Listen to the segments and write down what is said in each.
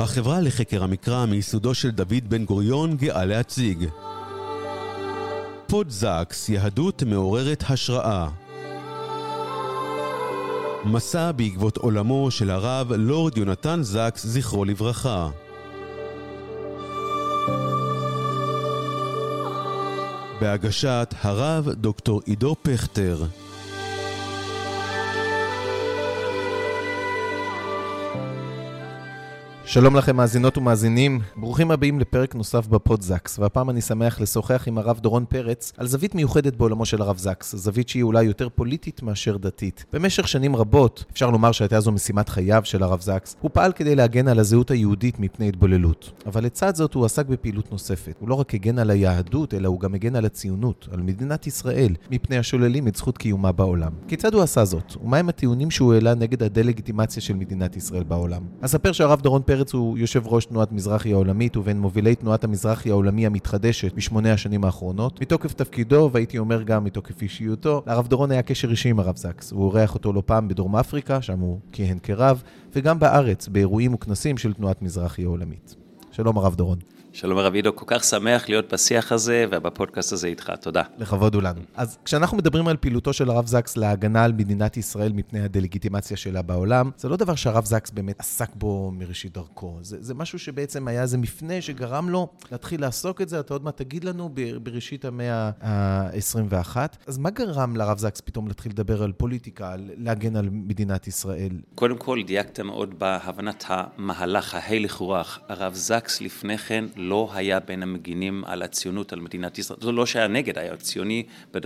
החברה לחקר המקרא מיסודו של דוד בן גוריון גאה להציג פוד זקס, יהדות מעוררת השראה. מסע בעקבות עולמו של הרב לורד יונתן זקס זכרו לברכה. בהגשת הרב דוקטור עידו פכטר. שלום לכם מאזינות ומאזינים, ברוכים הבאים לפרק נוסף בפוד זקס, והפעם אני שמח לשוחח עם הרב דורון פרץ על זווית מיוחדת בעולמו של הרב זקס, זווית שהיא אולי יותר פוליטית מאשר דתית. במשך שנים רבות, אפשר לומר שהייתה זו משימת חייו של הרב זקס, הוא פעל כדי להגן על הזהות היהודית מפני התבוללות. אבל לצד זאת הוא עסק בפעילות נוספת. הוא לא רק הגן על היהדות, אלא הוא גם הגן על הציונות, על מדינת ישראל, מפני השוללים את זכות קיומה בעולם. כיצד הוא עשה זאת? ומהם הטיעונים שהוא העלה נגד הדלגיטימציה של מדינת ישראל בעולם? אספר שהרב דורון פרץ הוא יושב ראש תנועת מזרחי העולמית ובין מובילי תנועת המזרחי העולמי המתחדשת ב8 השנים האחרונות. מתוקף תפקידו, והייתי אומר גם מתוקף אישיותו, לרב דורון היה קשר אישי עם הרב זקס. הוא עורך אותו לא פעם בדרום אפריקה, שם הוא כיהן כרב, וגם בארץ, באירועים וכנסים של תנועת מזרחי העולמית. שלום הרב דורון. שלום הרב עידו, כל כך שמח להיות בשיח הזה ובפודקאסט הזה איתך, תודה. לכבוד הוא לנו. אז כשאנחנו מדברים על פעילותו של הרב זקס להגנה על מדינת ישראל מפני הדלגיטימציה שלה בעולם, זה לא דבר שהרב זקס באמת עסק בו מראשית דרכו. זה משהו שבעצם היה איזה מפנה שגרם לו להתחיל לעסוק את זה, אתה עוד מה תגיד לנו בראשית המאה ה-21. אז מה גרם לרב זקס פתאום להתחיל לדבר על פוליטיקה, להגן על מדינת ישראל? קודם כל, דייקת מאוד בהבנת המהלך, ההלך רוח. הרב זקס לפני כן לא היה בין המגינים על הציונות, על מדינת ישראל. זה לא שהיה נגד, היה ציוני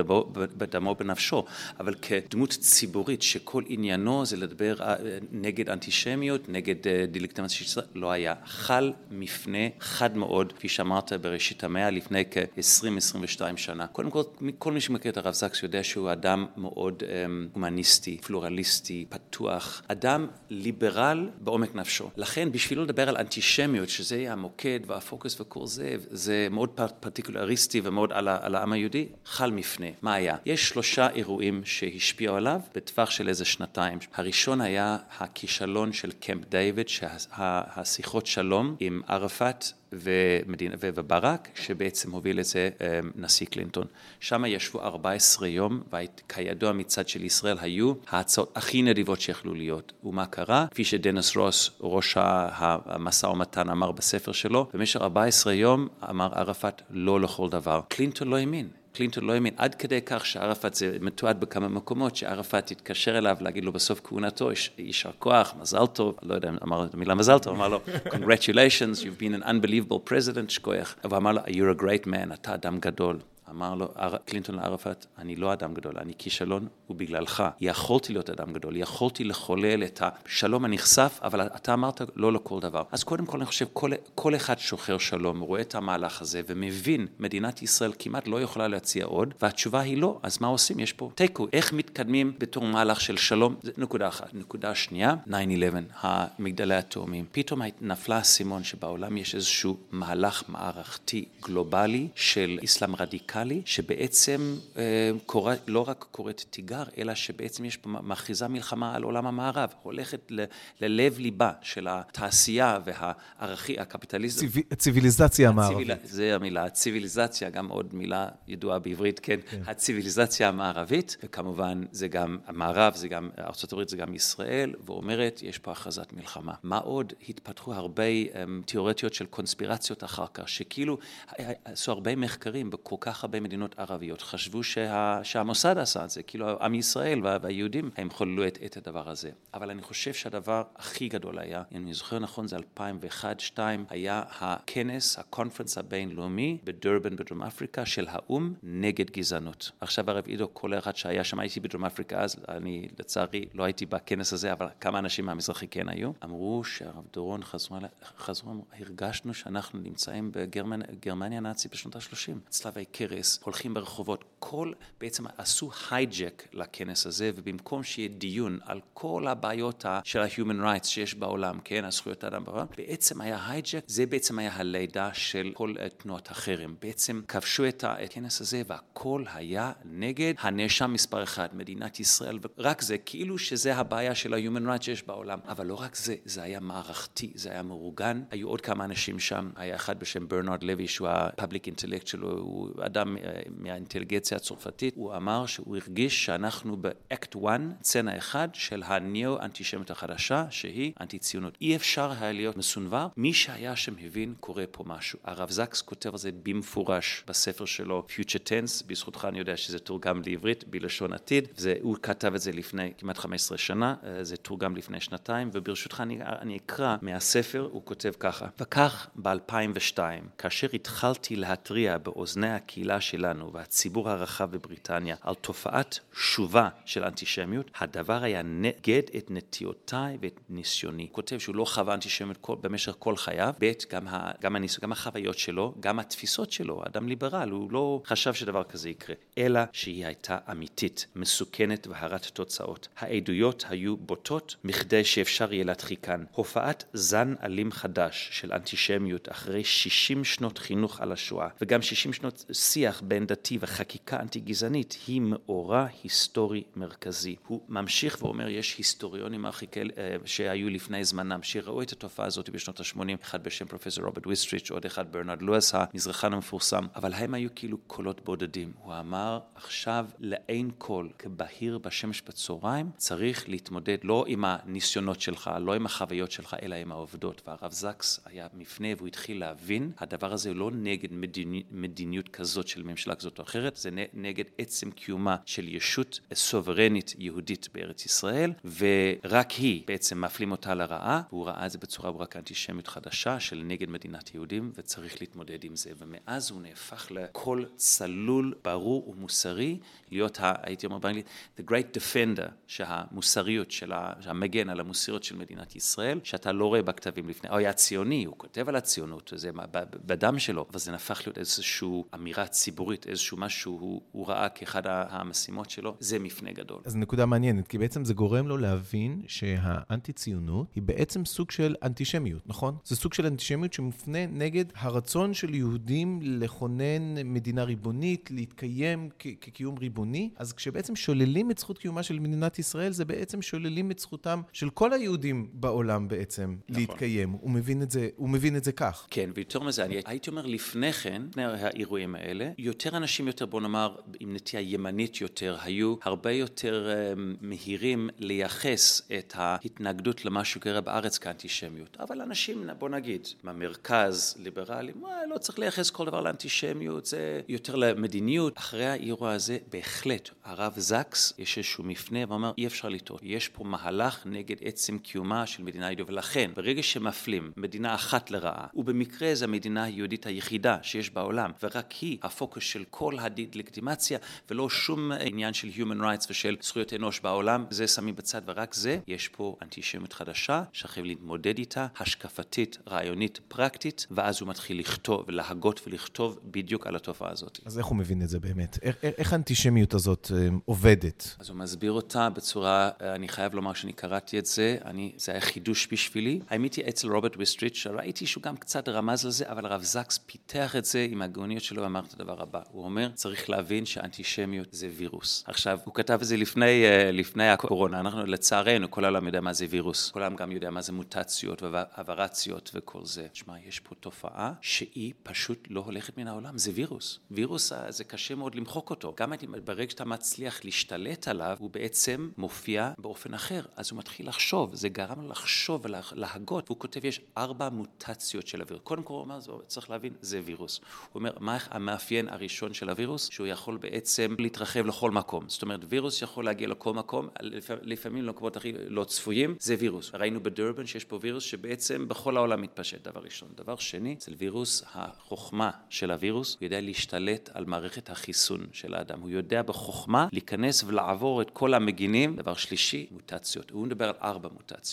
בדמו בנפשו, אבל כדמות ציבורית שכל עניינו זה לדבר נגד אנטישמיות, נגד דלגיטימציה של ישראל, לא היה. חל מפנה חד מאוד, כפי שאמרת בראשית המאה, לפני כ-20-22 שנה. קודם כל מי שמכיר את הרב זקס יודע שהוא אדם מאוד הומניסטי, פלורליסטי, פתוח, אדם ליברל בעומק נפשו. לכן, בשבילו לדבר על אנטישמיות, שזה יהיה המוקד והפוקוס וכל זה מאוד פרטיקולריסטי ומאוד על העם היהודי, חל מפנה. מה היה? יש 3 אירועים שהשפיעו עליו בטווח של איזה 2 שנים. הראשון היה הכישלון של קמפ דיוויד, שהשיחות שלום עם ערפאת וברק, שבעצם הוביל את זה נשיא קלינטון. שם ישבו 14 יום, וכידוע מצד של ישראל היו ההצעות הכי נדיבות שיכלו להיות. ומה קרה? כפי שדניס רוס, ראש המשא ומתן, אמר בספר שלו, במשך 14 יום אמר ערפאת לא לכל דבר. קלינטון לא האמין. קלינטון לא האמין, עד כדי כך שערפאת זה מתועד בכמה מקומות, שערפאת התקשר אליו להגיד לו בסוף כהונתו, יישר כוח, מזל טוב, לא יודע, אמר את המילה מזל טוב, אמר לו, congratulations, you've been an unbelievable president, שכוח. אבל אמר לו, you're a great man, אתה אדם גדול. אמר לו, קלינטון לערפאת, אני לא אדם גדול, אני כישלון ובגללך. יכולתי להיות אדם גדול, יכולתי לחולל את השלום הנחשף, אבל אתה אמרת לא לכל דבר. אז קודם כל אני חושב, כל אחד שוחר שלום, רואה את המהלך הזה ומבין, מדינת ישראל כמעט לא יכולה להציע עוד, והתשובה היא לא, אז מה עושים? יש פה תיקו. איך מתקדמים בתור מהלך של שלום? זה נקודה אחת. נקודה שנייה, 9/11, המגדלי התאומים. פתאום נפלה הסימון שבעולם יש איזשהו מהלך מערכתי גלובלי של אסלאם רדיקלי, שבעצם לא רק קוראת תיגר, אלא שבעצם יש פה מכריזה מלחמה על עולם המערב, הולכת ללב ליבה של התעשייה והערכי הקפיטליזם. הציביליזציה המערבית. זה המילה, הציביליזציה, גם עוד מילה ידועה בעברית, כן, הציביליזציה המערבית, וכמובן זה גם המערב, זה גם ארצות הברית, זה גם ישראל, ואומרת, יש פה הכרזת מלחמה. מה עוד? התפתחו הרבה תיאורטיות של קונספירציות אחר כך, שכאילו עשו הרבה מחקרים בכל כך הרבה מדינות ערביות, חשבו שהמוסד עשה את זה, כאילו עם ישראל והיהודים הם חוללו את הדבר הזה. אבל אני חושב שהדבר הכי גדול היה, אם אני זוכר נכון, זה 2001-2002, היה הכנס, הקונפרנס הבינלאומי בדרבן בדרום אפריקה של האום נגד גזענות. עכשיו הרב עידו, כל אחד שהיה שם, הייתי בדרום אפריקה אז, אני לצערי לא הייתי בכנס הזה, אבל כמה אנשים מהמזרחי כן היו, אמרו שהרב דורון חזרו, הרגשנו שאנחנו נמצאים בגרמניה הנאצית בשנות ה-30. צלבי קרס, הרס, הולכים ברחובות, בעצם עשו הייג'ק לכנס הזה, ובמקום שיהיה דיון על כל הבעיות של ה-human rights שיש בעולם, כן, הזכויות האדם בעולם, בעצם היה הייג'ק, זה בעצם היה הלידה של כל תנועות החרם. בעצם כבשו את הכנס הזה, והכל היה נגד הנאשם מספר אחד, מדינת ישראל, ורק זה, כאילו שזה הבעיה של ה-human rights שיש בעולם. אבל לא רק זה, זה היה מערכתי, זה היה מאורגן. היו עוד כמה אנשים שם, היה אחד בשם ברנרד לוי, שהוא ה-public intellect שלו, הוא אדם מהאינטליגנציה הצרפתית, הוא אמר שהוא הרגיש שאנחנו באקט 1, צנה אחד של הניאו-אנטישמיות החדשה, שהיא אנטי-ציונות. אי אפשר היה להיות מסונבר, מי שהיה שם הבין, קורה פה משהו. הרב זקס כותב על זה במפורש בספר שלו, Future Tense, בזכותך אני יודע שזה תורגם לעברית, בלשון עתיד, הוא כתב את זה לפני כמעט 15 שנה, זה תורגם לפני שנתיים, וברשותך אני אקרא מהספר, הוא כותב ככה, וכך ב-2002, כאשר התחלתי להתריע באוזני הקהילה שלנו, והציבור הרחב בבריטניה, על תופעת שובה של אנטישמיות, הדבר היה נגד את נטיותיי ואת ניסיוני. הוא כותב שהוא לא חווה אנטישמיות במשך כל חייו, גם החוויות שלו, גם התפיסות שלו, אדם ליברל, הוא לא חשב שדבר כזה יקרה, אלא שהיא הייתה אמיתית, מסוכנת והרת תוצאות. העדויות היו בוטות, מכדי שאפשר יהיה להדחיקן. הופעת זן אלים חדש של אנטישמיות אחרי 60 שנות חינוך על השואה, וגם 60 שנות שיח בין דתי וחקיקה אנטי-גזענית, היא מאורע היסטורי מרכזי. הוא ממשיך ואומר, יש היסטוריונים שהיו לפני זמנם, שראו את התופעה הזאת בשנות ה-80, אחד בשם פרופסור רוברט וויסטריץ', עוד אחד ברנרד לואיס, המזרחן המפורסם, אבל הם היו כאילו קולות בודדים. הוא אמר, עכשיו לאין קול, כבהיר בשמש בצהריים, צריך להתמודד לא עם הניסיונות שלך, לא עם החוויות שלך, אלא עם העובדות. והרב זקס היה מפנה, והוא התחיל להבין, הדבר הזה לא נגד מדיניות כזאת של ממשלה כזאת או אחרת, זה נגד עצם קיומה של ישות סוברנית יהודית בארץ ישראל, ורק היא בעצם מפלים אותה לרעה, והוא ראה את זה בצורה ברורה כאנטישמיות חדשה של נגד מדינת יהודים, וצריך להתמודד עם זה. ומאז הוא נהפך לקול צלול, ברור ומוסרי, להיות, הייתי אומר באנגלית, the great defender, שהמוסריות המגן על המוסריות של מדינת ישראל, שאתה לא רואה בכתבים לפני, הוא היה ציוני, הוא כותב על הציונות, זה בדם שלו, אבל זה נהפך להיות איזושהי אמירה ציבורית, איזשהו משהו הוא ראה כאחד המשימות שלו, זה מפנה גדול. אז נקודה מעניינת, כי בעצם זה גורם לו להבין שהאנטי-ציונות היא בעצם סוג של אנטישמיות, נכון? זה סוג של אנטישמיות שמופנה נגד הרצון של יהודים לכונן מדינה ריבונית, להתקיים כקיום ריבוני, אז כשבעצם שוללים את זכות קיומה של מדינת ישראל, זה בעצם שוללים את זכותם של כל היהודים בעולם בעצם להתקיים. הוא מבין את זה כך. כן, ויותר מזה, אני הייתי אומר לפני כן, לפני האירועים האלה, יותר אנשים יותר, בוא נאמר, עם נטייה ימנית יותר, היו הרבה יותר מהירים לייחס את ההתנגדות למה שקרה בארץ כאנטישמיות. אבל אנשים, בוא נגיד, מהמרכז ליברלים, לא צריך לייחס כל דבר לאנטישמיות, זה יותר למדיניות. אחרי האירוע הזה, בהחלט, הרב זקס, יש איזשהו מפנה ואומר, אי אפשר לטעות. יש פה מהלך נגד עצם קיומה של מדינה יהודית, ולכן, ברגע שמפלים מדינה אחת לרעה, ובמקרה זו המדינה היהודית היחידה שיש בעולם, ורק היא הפוקוס של כל הלגיטימציה, ולא שום עניין של human rights ושל זכויות אנוש בעולם, זה שמים בצד, ורק זה, יש פה אנטישמיות חדשה, שחייב להתמודד איתה, השקפתית, רעיונית, פרקטית, ואז הוא מתחיל לכתוב, להגות ולכתוב בדיוק על התופעה הזאת. אז איך הוא מבין את זה באמת? איך האנטישמיות הזאת עובדת? אז הוא מסביר אותה בצורה, אני חייב לומר שאני קראתי את זה, זה היה חידוש בשבילי. האמיתי אצל רוברט וויסטריץ', ראיתי שהוא גם קצת רמז לזה, אבל הרב זקס פיתח את זה עם הגאוניות שלו, ואמר את הדבר הבא. הוא אומר, צריך להבין שהאנטישמיות זה וירוס. עכשיו, הוא כתב את זה לפני הקורונה. אנחנו לצערנו, כל העולם יודע מה זה וירוס. כל העולם גם יודע מה זה מוטציות והוורציות וכל זה. תשמע, יש פה תופעה שהיא פשוט לא הולכת מן העולם. זה וירוס. וירוס זה קשה מאוד למחוק אותו. גם ברגע שאתה מצליח להשתלט עליו, הוא בעצם מופיע באופן אחר. אז הוא מתחיל לחשוב. זה גרם לו לחשוב ולהגות. והוא כותב, יש 4 מוטציות של הווירוס. קודם כל הוא אומר, צריך להבין, זה וירוס. הוא אומר, מה המאפיין הראשון של הווירוס? שהוא יכול בעצם להתרחב לכל מקום. זאת אומרת, וירוס יכול להגיע לכל מקום, לפעמים למקומות הכי לא צפויים, זה וירוס. ראינו בדרבן שיש פה וירוס שבעצם בכל העולם מתפשט, דבר ראשון. דבר שני, אצל וירוס, החוכמה של הווירוס, הוא יודע להשתלט על מערכת החיסון של האדם. הוא יודע בחוכמה להיכנס ולעבור את כל המגינים. דבר שלישי, מוטציות. הוא מדבר על 4 מוטציות.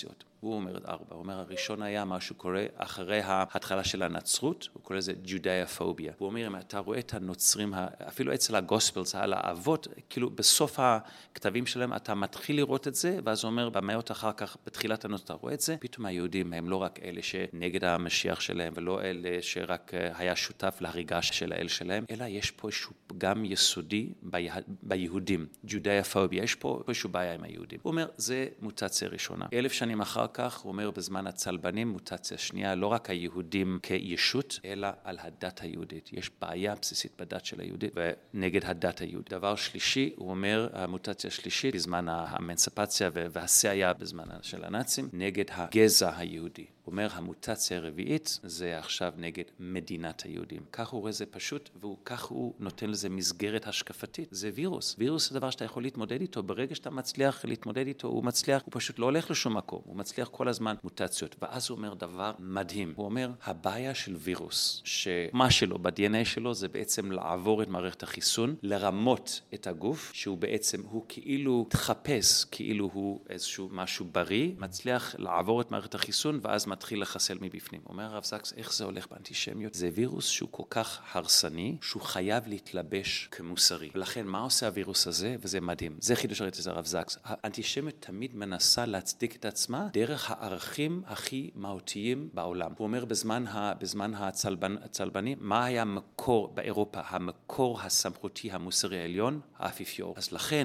הוא אומר 4. הוא אומר, הראשון היה משהו קורה אחרי ההתחלה של הנצרות, הוא קורא לזה ג'ודאיפוביה. הוא אומר, אם אתה רואה את הנוצרים, אפילו אצל הגוספלס, על האבות, כאילו בסוף הכתבים שלהם אתה מתחיל לראות את זה, ואז הוא אומר, במאות אחר כך, בתחילת הנוצרות אתה רואה את זה, פתאום היהודים הם לא רק אלה שנגד המשיח שלהם, ולא אלה שרק היה שותף להריגה של האל שלהם, אלא יש פה איזשהו פגם יסודי ביהודים, ג'ודאיפוביה, יש פה איזשהו בעיה עם היהודים. הוא אומר, זה מוטציה ראשונה. 1000 שנים אחר כך, הוא אומר, בזמן הצלבנים, מוטציה שנייה, לא רק היהודים כישות, אלא על הדת היהודית. יש בעיה בסיסית בדת של היהודית, ונגד הדת היהודית. דבר שלישי, הוא אומר, המוטציה השלישית, בזמן האמנסיפציה והשעיה בזמן של הנאצים, נגד הגזע היהודי. הוא אומר, המוטציה הרביעית זה עכשיו נגד מדינת היהודים. כך הוא רואה זה פשוט, וכך הוא נותן לזה מסגרת השקפתית. זה וירוס. וירוס זה דבר שאתה יכול להתמודד איתו. ברגע שאתה מצליח להתמודד איתו, הוא מצליח, הוא פשוט לא הולך לשום מקום. הוא מצליח כל הזמן מוטציות. ואז הוא אומר דבר מדהים. הוא אומר, הבעיה של וירוס, שמה שלו, ב-DNA שלו, זה בעצם לעבור את מערכת החיסון, לרמות את הגוף, שהוא בעצם, הוא כאילו תחפש, כאילו הוא איזשהו משהו בריא, מצליח לעבור את מערכת החיסון, ואז מתחיל לחסל מבפנים. אומר הרב זקס, איך זה הולך באנטישמיות? זה וירוס שהוא כל כך הרסני, שהוא חייב להתלבש כמוסרי. ולכן, מה עושה הווירוס הזה? וזה מדהים. זה חידוש הראית את הרב זקס. האנטישמיות תמיד מנסה להצדיק את עצמה דרך הערכים הכי מהותיים בעולם. הוא אומר, בזמן הצלבני, מה היה מקור באירופה? המקור הסמכותי המוסרי העליון? האפיפיור. אז לכן,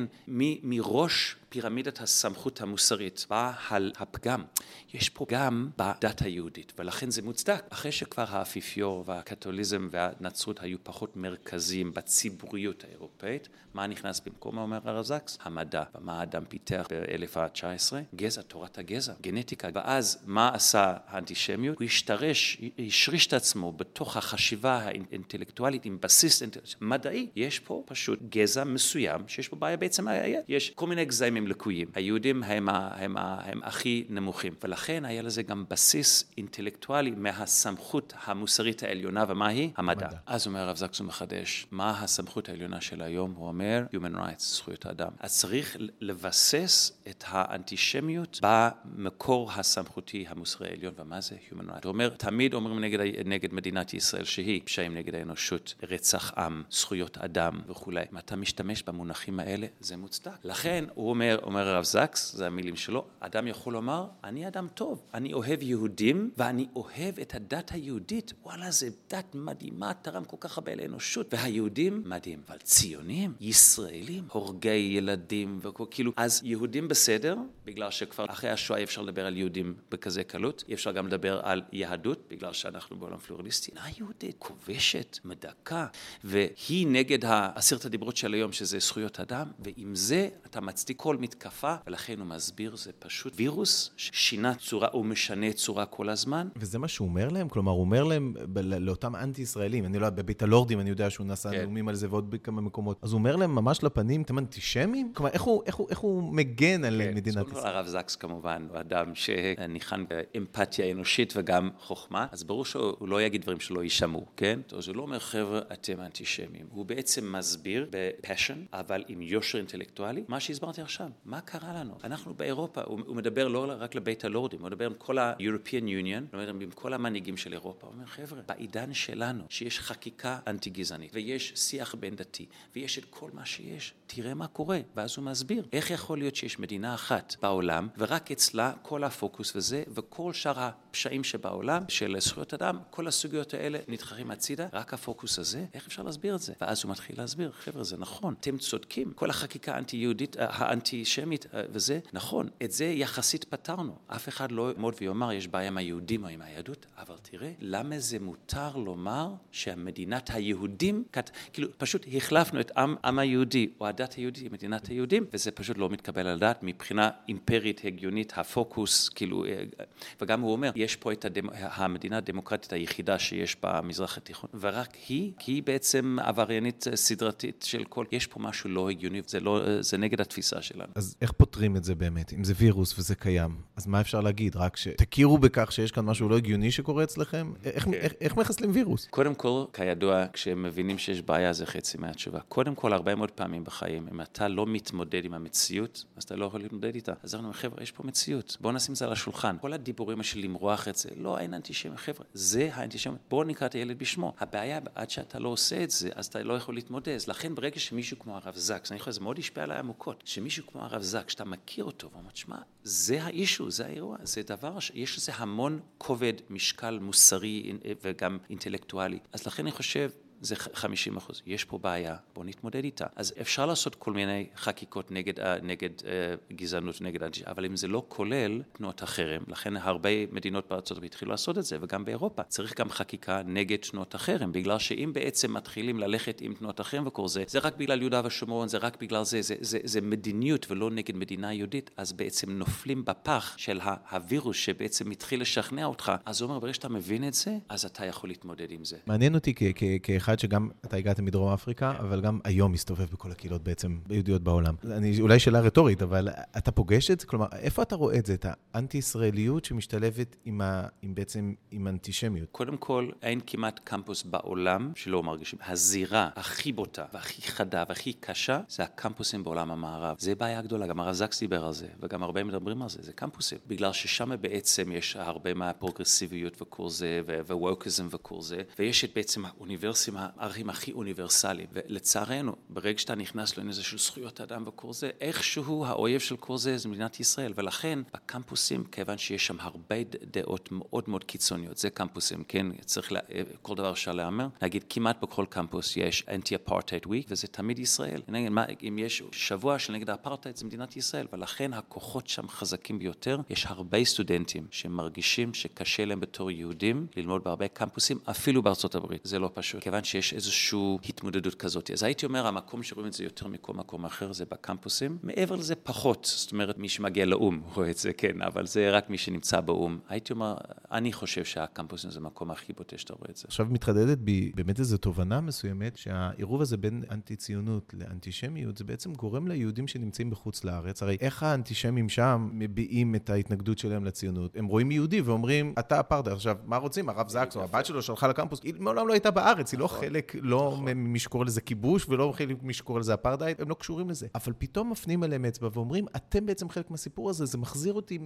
מראש פירמידת הסמכות המוסרית בא הפגם. יש פה גם בדת היהודית, ולכן זה מוצדק. אחרי שכבר האפיפיור והקתוליזם והנצרות היו פחות מרכזיים בציבוריות האירופאית, מה נכנס במקום, אומר הרב זקס? המדע. ומה האדם פיתח ב-1019? גזע, תורת הגזע, גנטיקה. ואז מה עשה האנטישמיות? הוא השריש את עצמו בתוך החשיבה האינטלקטואלית עם בסיס מדעי. יש פה פשוט גזע מסוים שיש פה בעיה בעצם. יש כל מיני גזעים לקויים. היהודים הם הכי נמוכים. ולכן היה לזה גם בסיס אינטלקטואלי מהסמכות המוסרית העליונה, ומה היא? המדע. אז אומר הרב זקס מחדש, מה הסמכות העליונה של היום? הוא אומר, human rights, זכויות האדם. אז צריך לבסס את האנטישמיות במקור הסמכותי המוסרי העליון, ומה זה human rights? הוא אומר, תמיד אומרים נגד מדינת ישראל שהיא פשעים נגד האנושות, רצח עם, זכויות אדם וכו'. אם אתה משתמש במונחים האלה, זה מוצדק. לכן הוא אומר הרב זקס, זה המילים שלו, אדם יכול לומר, אני אדם טוב, אני אוהב יהודים, ואני אוהב את הדת היהודית. וואלה, זה דת מדהימה, תרם כל כך הרבה לאנושות. והיהודים, מדהים. אבל ציונים, ישראלים, הורגי ילדים, וכאילו, אז יהודים בסדר, בגלל שכבר אחרי השואה אי אפשר לדבר על יהודים בכזה קלות, אי אפשר גם לדבר על יהדות, בגלל שאנחנו בעולם פלורליסטי. יהודית, כובשת, מדכא, והיא נגד 10 הדיברות של היום, שזה זכויות אדם, ועם זה אתה מצדיק כל מתקפה, ולכן הוא מסביר, זה פשוט וירוס, שינה צורה, הוא משנה צורה כל הזמן. וזה מה שהוא אומר להם? כלומר, הוא אומר להם, לאותם אנטי-ישראלים, אני לא יודע, בבית הלורדים, אני יודע שהוא נעשה נאומים על זה ועוד בכמה מקומות, אז הוא אומר להם ממש לפנים, אתם אנטישמים? כלומר, איך הוא מגן על מדינת ישראל? הרב זקס כמובן, הוא אדם שניחן באמפתיה אנושית וגם חוכמה, אז ברור שהוא לא יגיד דברים שלא יישמעו, כן? אז הוא לא אומר, חבר'ה, אתם אנטישמים. הוא בעצם מסביר בפשן, אבל עם יושר אינטלקטואלי, מה שהסברתי עכשיו. מה קרה לנו? אנחנו באירופה, הוא מדבר לא רק לבית הלורדים, הוא מדבר עם כל ה-European Union, הוא מדבר עם כל המנהיגים של אירופה, הוא אומר, חבר'ה, בעידן שלנו, שיש חקיקה אנטי-גזענית, ויש שיח בין דתי, ויש את כל מה שיש, תראה מה קורה, ואז הוא מסביר, איך יכול להיות שיש מדינה אחת בעולם, ורק אצלה כל הפוקוס וזה, וכל שאר הפשעים שבעולם, של זכויות אדם, כל הסוגיות האלה נדחרים הצידה, רק הפוקוס הזה, איך אפשר להסביר את זה? ואז הוא מתחיל להסביר, חבר'ה, זה נכון, אתם צודקים, כל החקיקה האנטי-יהודית, האנטי-שמית, וזה נכון, את זה יחסית פתרנו, אף אחד לא יעמוד ויאמר, יש בעיה עם היהודים או עם היהדות, אבל תראה, למה זה מותר לומר שהמדינת היהודים, כאילו פשוט החלפנו את עם היהודי או הדת היהודית עם מדינת היהודים, וזה פשוט לא מתקבל על הדעת מבחינה אימפרית הגיונית, הפוקוס, כאילו, וגם הוא אומר, יש פה את המדינה הדמוקרטית היחידה שיש במזרח התיכון, ורק היא בעצם עבריינית סדרתית של כל, יש פה משהו לא הגיוני, זה נגד התפיסה שלנו. אז איך פותרים את זה באמת? אם זה וירוס וזה קיים, אז מה אפשר להגיד? רק שתכירו בכך שיש כאן משהו לא הגיוני שקורה אצלכם? איך מחסלים וירוס? קודם כל, כידוע, כשהם מבינים שיש בעיה, זה חצי מהתשובה. קודם כל, הרבה מאוד פעמים בחיים, אם אתה לא מתמודד עם המציאות, אז אתה לא יכול להתמודד איתה. אז אנחנו, חבר'ה, יש פה מציאות. בואו נשים את זה על השולחן. כל הדיבורים של למרוח את זה, לא, אין אנטישמיות, חבר'ה. זה האנטישמיות. בואו נקרא את הילד בשמו. הבעיה, עד שאתה לא עושה את זה, אז אתה לא יכול להתמודד. אז לכן, ברגע שמישהו כמו הרב זקס, אני חושב, זה מאוד ישפיע עליי עמוקות, שמישהו כמו הרב זקס, שאתה מכיר אותו, ואומר, שמע, זה האישו, זה האירוע, זה דבר, יש לזה המון כובד, משקל מוסרי וגם אינטלקטואלי. אז לכן אני חושב, זה 50%. יש פה בעיה, בואו נתמודד איתה. אז אפשר לעשות כל מיני חקיקות נגד גזענות, נגד אנטישמיות, אבל אם זה לא כולל תנועות החרם, לכן הרבה מדינות בארצות הברית התחילו לעשות את זה, וגם באירופה. צריך גם חקיקה נגד תנועות החרם, בגלל שאם בעצם מתחילים ללכת עם תנועות החרם וכל זה, זה רק בגלל יהודה ושומרון, זה רק בגלל זה מדיניות ולא נגד מדינה יהודית, אז בעצם נופלים בפח של הווירוס שבעצם מתחיל לשכנע אותך. אז הוא אומר, ברגע שאתה מבין את זה, אז אתה יכול להתמודד עם זה. מעניין אותי אחד שגם אתה הגעת מדרום אפריקה, אבל גם היום מסתובב בכל הקהילות בעצם יהודיות בעולם. אולי שאלה רטורית, אבל אתה פוגש את זה? כלומר, איפה אתה רואה את זה? את האנטי-ישראליות שמשתלבת בעצם עם אנטישמיות? קודם כל, אין כמעט קמפוס בעולם שלא מרגישים. הזירה הכי בוטה והכי חדה והכי קשה, זה הקמפוסים בעולם המערב. זה בעיה גדולה, גם הרב זקס דיבר על זה, וגם הרבה מדברים על זה, זה קמפוסים. בגלל ששם בעצם יש הרבה מהפרוגרסיביות וכל זה, ווקיזם וכל זה, ויש את בעצם האוניברסיטים הערכים הכי אוניברסליים. ולצערנו, ברגע שאתה נכנס לעניין הזה של זכויות האדם וכל זה, איכשהו האויב של כל זה זה מדינת ישראל. ולכן, בקמפוסים, כיוון שיש שם הרבה דעות מאוד מאוד קיצוניות, זה קמפוסים, כן? צריך כל דבר אפשר לאמר. נגיד, כמעט בכל קמפוס יש אנטי-אפרטייד וויק, וזה תמיד ישראל. אם יש שבוע של נגד האפרטייד, זה מדינת ישראל. ולכן, הכוחות שם חזקים ביותר. יש הרבה סטודנטים שמרגישים שקשה להם בתור יהודים ללמוד בהרבה קמפוסים, אפילו בארצות הברית. זה לא פשוט. כיוון שיש איזושהי התמודדות כזאת. אז הייתי אומר, המקום שרואים את זה יותר מכל מקום אחר, זה בקמפוסים. מעבר לזה פחות, זאת אומרת, מי שמגיע לאום רואה את זה, כן, אבל זה רק מי שנמצא באום. הייתי אומר, אני חושב שהקמפוסים זה המקום הכי בוטה שאתה רואה את זה. עכשיו מתחדדת בי באמת איזו תובנה מסוימת, שהעירוב הזה בין אנטי-ציונות לאנטישמיות, זה בעצם גורם ליהודים שנמצאים בחוץ לארץ. הרי איך האנטישמים שם מביעים את ההתנגדות שלהם לציונות? הם רואים יהודי ואומרים, אתה אפרטהייד. עכשיו, מה רוצים? הרב זקס או הבת שלו שלחה לקמפוס, היא מעולם לא הייתה בארץ, היא לא חלק, לא מי שקורא לזה כיבוש, ולא חלק מי שקורא לזה אפרטהייד, הם לא קשורים לזה. אבל פתאום מפנים אליהם אצבע ואומרים, אתם בעצם חלק מהסיפור הזה, זה מחזיר אותי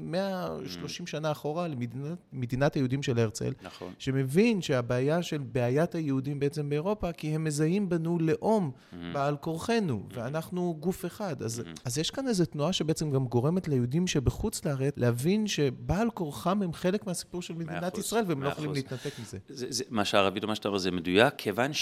130 שנה אחורה למדינת היהודים של הרצל, שמבין שהבעיה של בעיית היהודים בעצם באירופה, כי הם מזהים בנו לאום בעל כורחנו, ואנחנו גוף אחד. אז יש כאן איזו תנועה שבעצם גם גורמת ליהודים שבחוץ לארץ, להבין שבעל כורחם הם חלק מהסיפור של מדינת ישראל, והם לא יכולים להתנתק מזה. מה שהרבית או מה שאתה אומר זה מדויק, כיוון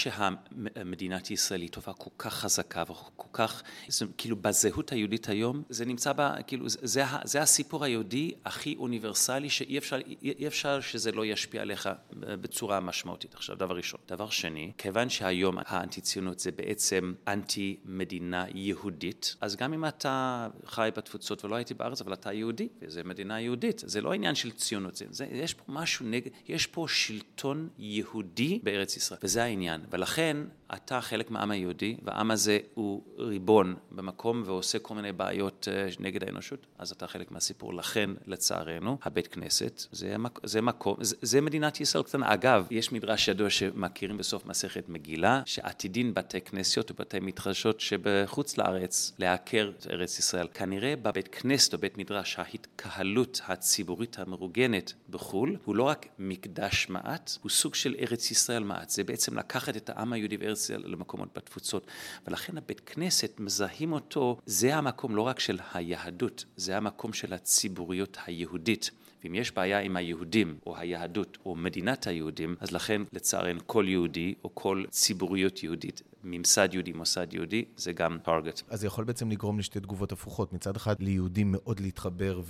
שהמדינת ישראל היא טובה כל כך חזקה וכל כך, כאילו בזהות היהודית היום, זה נמצא כאילו, זה הסיפור היהודי הכי אוניברסלי, שאי אפשר שזה לא ישפיע עליך בצורה משמעותית. עכשיו, דבר ראשון. דבר שני, כיוון שהיום האנטי-ציונות זה בעצם אנטי-מדינה יהודית, אז גם אם אתה חי בתפוצות ולא הייתי בארץ, אבל אתה יהודי, וזה מדינה יהודית, זה לא עניין של ציונות, יש פה משהו יש פה שלטון יהודי בארץ ישראל, וזה העניין. ולכן אתה חלק מהעם היהודי, והעם הזה הוא ריבון במקום ועושה כל מיני בעיות נגד האנושות, אז אתה חלק מהסיפור. לכן, לצערנו, הבית כנסת, זה מקום, זה מדינת ישראל קטנה. אגב, יש מדרש ידוע שמכירים בסוף מסכת מגילה, שעתידין בתי כנסיות ובתי מדרשות שבחוץ לארץ לעקר את ארץ ישראל. כנראה בבית כנסת או בית מדרש, ההתקהלות הציבורית המרוגנת בחול, הוא לא רק מקדש מעט, הוא סוג של ארץ ישראל מעט. זה בעצם לקחת את העם היהודי בארץ ישראל למקומות בתפוצות. ולכן הבית כנסת מזהים אותו, זה המקום לא רק של היהדות, זה המקום של הציבוריות היהודית. ואם יש בעיה עם היהודים או היהדות או מדינת היהודים, אז לכן לצערנו כל יהודי או כל ציבוריות יהודית, ממסד יהודי, מוסד יהודי, זה גם טארגט. אז זה יכול בעצם לגרום לשתי תגובות הפוכות. מצד אחד, ליהודים מאוד להתחבר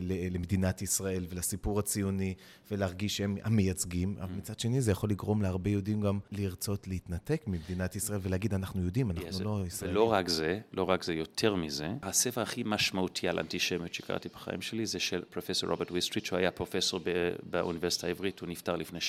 למדינת ישראל ולסיפור הציוני, ולהרגיש שהם המייצגים, אבל מצד שני, זה יכול לגרום להרבה יהודים גם לרצות להתנתק ממדינת ישראל, ולהגיד, אנחנו יהודים, אנחנו לא ישראלים. ולא רק זה, יותר מזה, הספר הכי משמעותי על אנטישמיות שקראתי בחיים שלי, זה של פרופסור רוברט וויסטריץ', שהוא היה פרופסור באוניברסיטה העברית, הוא נפטר לפני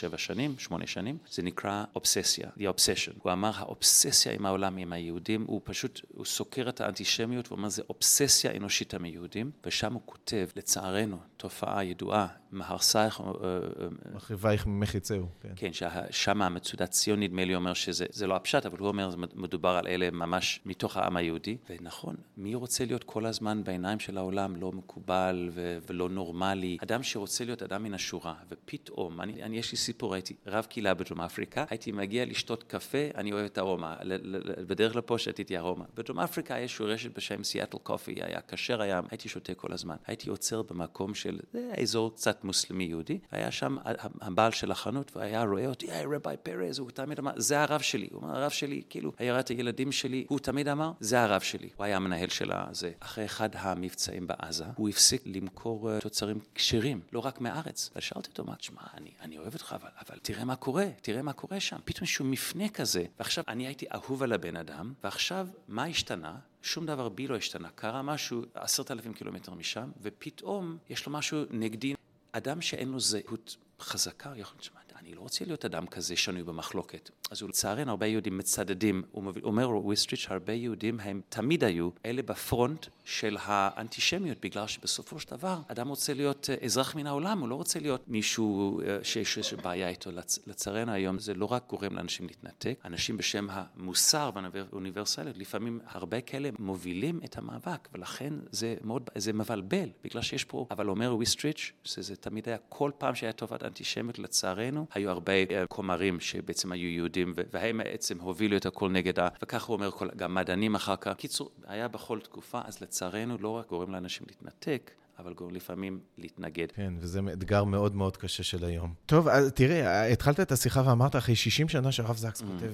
8 שנים, זה נקרא אובססיה, the obsession. הוא אמר, האובססיה עם העולם, עם היהודים, הוא סוקר את האנטישמיות, הוא אומר, זה אובססיה אנושית עם היהודים, ושם הוא כותב, לצערנו, תופעה ידועה, מהרסייך... מחריבייך ממך יצאו. כן, ששם המצודת ציון נדמה לי אומר שזה לא הפשט, אבל הוא אומר, מדובר על אלה ממש מתוך העם היהודי. ונכון, מי רוצה להיות כל הזמן בעיניים של העולם לא מקובל ולא נורמלי? אדם שרוצה להיות אדם מן השורה, ופתאום, יש לי סיפור, הייתי רב קהילה בדרום אפריקה, הייתי מגיע לשתות קפה, אני אוהב את ארומה, בדרך לפה שתיתי ארומה. בדרום אפריקה יש רשת בשם סיאטל קופי, היה כשר, הייתי שותה כל הזמן. הייתי עוצר במקום של אזור קצת מוסלמי יהודי, והיה שם הבעל של החנות, והיה רואה אותי, רבי פרז, הוא תמיד אמר, זה הרב שלי. הוא אומר, הרב שלי, כאילו, הירת הילדים שלי, הוא תמיד אמר, זה הרב שלי. הוא היה המנהל של זה. אחרי אחד המבצעים בעזה, הוא הפסיק למכור תוצרים כשרים, לא רק מהארץ. ושאלתי אותו, מה, תשמע, אני אוהב אותך, אבל תראה מה קורה שם. פתאום שהוא מפנה כזה, ועכשיו אני הייתי אהוב על הבן אדם, ועכשיו מה השתנה? שום דבר בי לא השתנה. קרה משהו 10,000 קילומטר משם, ופתאום יש לו משהו נגדי. אדם שאין לו זהות חזקה, יכול לשמוע, אני לא רוצה להיות אדם כזה שנוי במחלוקת. אז הוא לצערנו, הרבה יהודים מצדדים, הוא אומר וויסטריץ', הרבה יהודים הם תמיד היו אלה בפרונט של האנטישמיות, בגלל שבסופו של דבר, אדם רוצה להיות אזרח מן העולם, הוא לא רוצה להיות מישהו שיש בעיה איתו. לצערנו היום זה לא רק גורם לאנשים להתנתק, אנשים בשם המוסר והאוניברסליות, לפעמים הרבה כאלה מובילים את המאבק, ולכן זה מבלבל, בגלל שיש פה, אבל אומר וויסטריץ', שזה תמיד היה כל פעם שהיה תופעת אנטישמיות, לצערנו, היו הרבה כומרים שבעצם היו יהודים, והם בעצם הובילו את הכל נגד וכך הוא אומר, גם מדענים אחר כך. קיצור, היה בכל תקופה, אז לצערנו לא רק גורם לאנשים להתנתק, אבל גורם לפעמים להתנגד. כן, וזה אתגר מאוד מאוד קשה של היום. טוב, אז תראה, התחלת את השיחה ואמרת, אחרי 60 שנה שהרב זקס כותב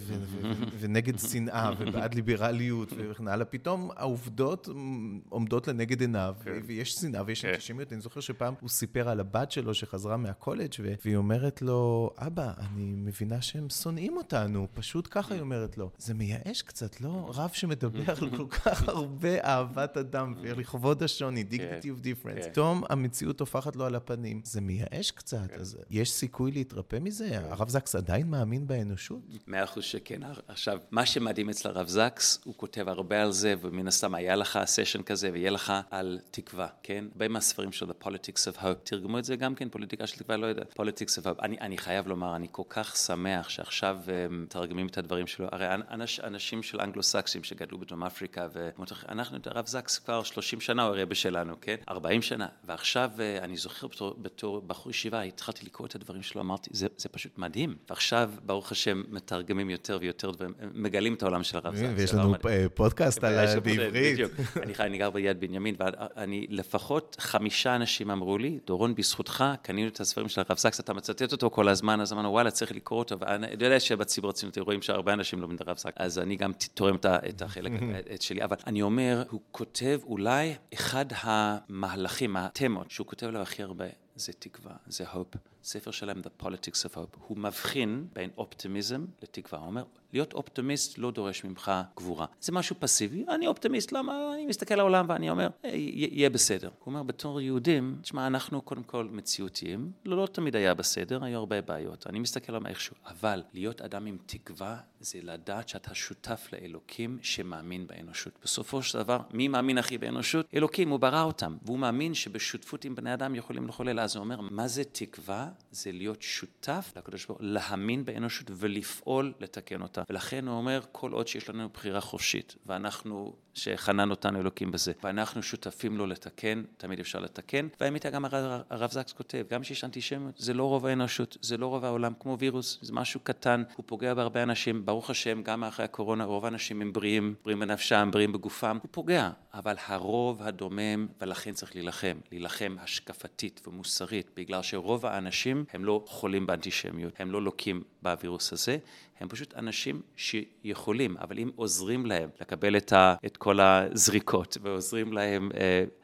ונגד שנאה ובעד ליברליות וכן הלאה, פתאום העובדות עומדות לנגד עיניו, ויש שנאה ויש אנטישמיות. אני זוכר שפעם הוא סיפר על הבת שלו שחזרה מהקולג' והיא אומרת לו, אבא, אני מבינה שהם שונאים אותנו, פשוט ככה היא אומרת לו. זה מייאש קצת, לא? רב שמדבר על כל כך הרבה אהבת אדם ולכבוד השוני, dignity of difference. פתאום המציאות הופכת לו על הפנים. זה מייאש קצת, אז יש סיכוי להתרפא מזה? הרב זקס עדיין מאמין באנושות? 100% שכן. עכשיו, מה שמדהים אצל הרב זקס, הוא כותב הרבה על זה, ומן הסתם היה לך סשן כזה, ויהיה לך על תקווה, כן? הרבה מהספרים של The Politics of Hope, תרגמו את זה גם כן, פוליטיקה של תקווה, לא יודע, Politics of Hope. אני חייב לומר, אני כל כך שמח שעכשיו תרגמים את הדברים שלו. הרי אנשים של אנגלו-סקסים שגדלו בדרום אפריקה, ואנחנו, הרב זקס כבר 30 שנה הוא הרבה שלנו, כן? 40 שנה, ועכשיו אני זוכר בתור בחור ישיבה, התחלתי לקרוא את הדברים שלו, אמרתי, זה פשוט מדהים. ועכשיו, ברוך השם, מתרגמים יותר ויותר, ומגלים את העולם של הרב זקס. ויש לנו פודקאסט על בעברית. אני גר ביד בנימין, ואני לפחות 5 אנשים אמרו לי, דורון, בזכותך, קנינו את הספרים של הרב זקס, אתה מצטט אותו כל הזמן, אז אמרנו, וואלה, צריך לקרוא אותו, ואני יודע שבציבור הציונות רואים שהרבה אנשים לומדים את הרב זקס, אז אני גם תורם את החלק שלי, אבל אני אומר, הוא כותב אולי אחד המהלכים, התמות שהוא כותב לו הכי הרבה, זה תקווה, זה hope. ספר שלהם, The Politics of Hope. הוא מבחין בין אופטימיזם לתקווה. הוא אומר, להיות אופטימיסט לא דורש ממך גבורה. זה משהו פסיבי. אני אופטימיסט, למה? אני מסתכל על העולם ואני אומר, יהיה בסדר. הוא אומר, בתור יהודים, תשמע, אנחנו קודם כל מציאותיים, לא תמיד היה בסדר, היו הרבה בעיות. אני מסתכל על איכשהו. אבל להיות אדם עם תקווה, זה לדעת שאתה שותף לאלוקים שמאמין באנושות. בסופו של דבר, מי מאמין הכי באנושות? אלוקים, הוא ברא אותם. והוא מאמין שבשותפות עם בני אדם יכולים לחולל. אז הוא אומר, מה זה תקווה? זה להיות שותף לקדוש ברוך הוא, להאמין באנושות ולפעול לתקן אותה. ולכן הוא אומר, כל עוד שיש לנו בחירה חופשית, ואנחנו, שחנן אותנו אלוקים בזה, ואנחנו שותפים לו לתקן, תמיד אפשר לתקן. והאמת גם הרב זקס כותב, גם שיש אנטישמיות, זה לא רוב האנושות, זה לא רוב העולם, כמו וירוס, זה משהו קטן, הוא פוגע בהרבה אנשים, ברוך השם, גם אחרי הקורונה, רוב האנשים הם בריאים בנפשם, בריאים בגופם, הוא פוגע, אבל הרוב הדומם, ולכן צריך להילחם השקפתית ומוסרית, בגלל שרוב האנשים הם לא חולים באנטישמיות, הם לא לוקים בווירוס הזה, הם פשוט אנשים שיכולים, אבל אם עוזרים להם לקבל את כל הזריקות, ועוזרים להם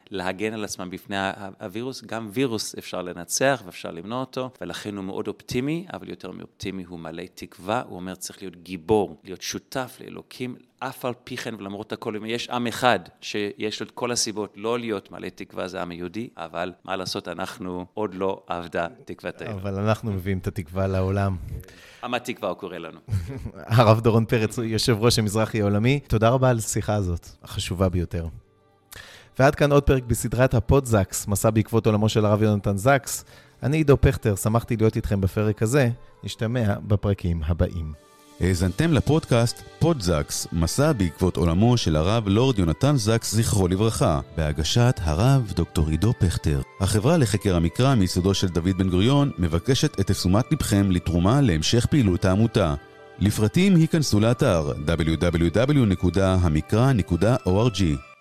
להגן על עצמם בפני הווירוס. גם וירוס אפשר לנצח ואפשר למנוע אותו, ולכן הוא מאוד אופטימי, אבל יותר מאופטימי הוא מלא תקווה. הוא אומר צריך להיות גיבור, להיות שותף לאלוקים, אף על פי כן ולמרות הכל. אם יש עם אחד שיש לו את כל הסיבות לא להיות מלא תקווה, זה העם היהודי, אבל מה לעשות, אנחנו עוד לא עבדה תקוותנו. אבל אנחנו מביאים את התקווה לעולם. עם התקווה הוא קורא לנו. הרב דורון פרץ, יושב ראש המזרחי העולמי, תודה רבה על השיחה הזאת, החשובה ביותר. ועד כאן עוד פרק בסדרת הפודזקס, מסע בעקבות עולמו של הרב יונתן זקס. אני עידו פכטר, שמחתי להיות איתכם בפרק הזה, נשתמע בפרקים הבאים. האזנתם לפודקאסט פודזקס, מסע בעקבות עולמו של הרב לורד יונתן זקס זכרו לברכה, בהגשת הרב דוקטור עידו פכטר. החברה לחקר המקרא מיסודו של דוד בן גוריון מבקשת את תשומת לבכם לתרומה להמשך פעילות העמותה. לפרטים היכנסו לאתר www.hamikra.org.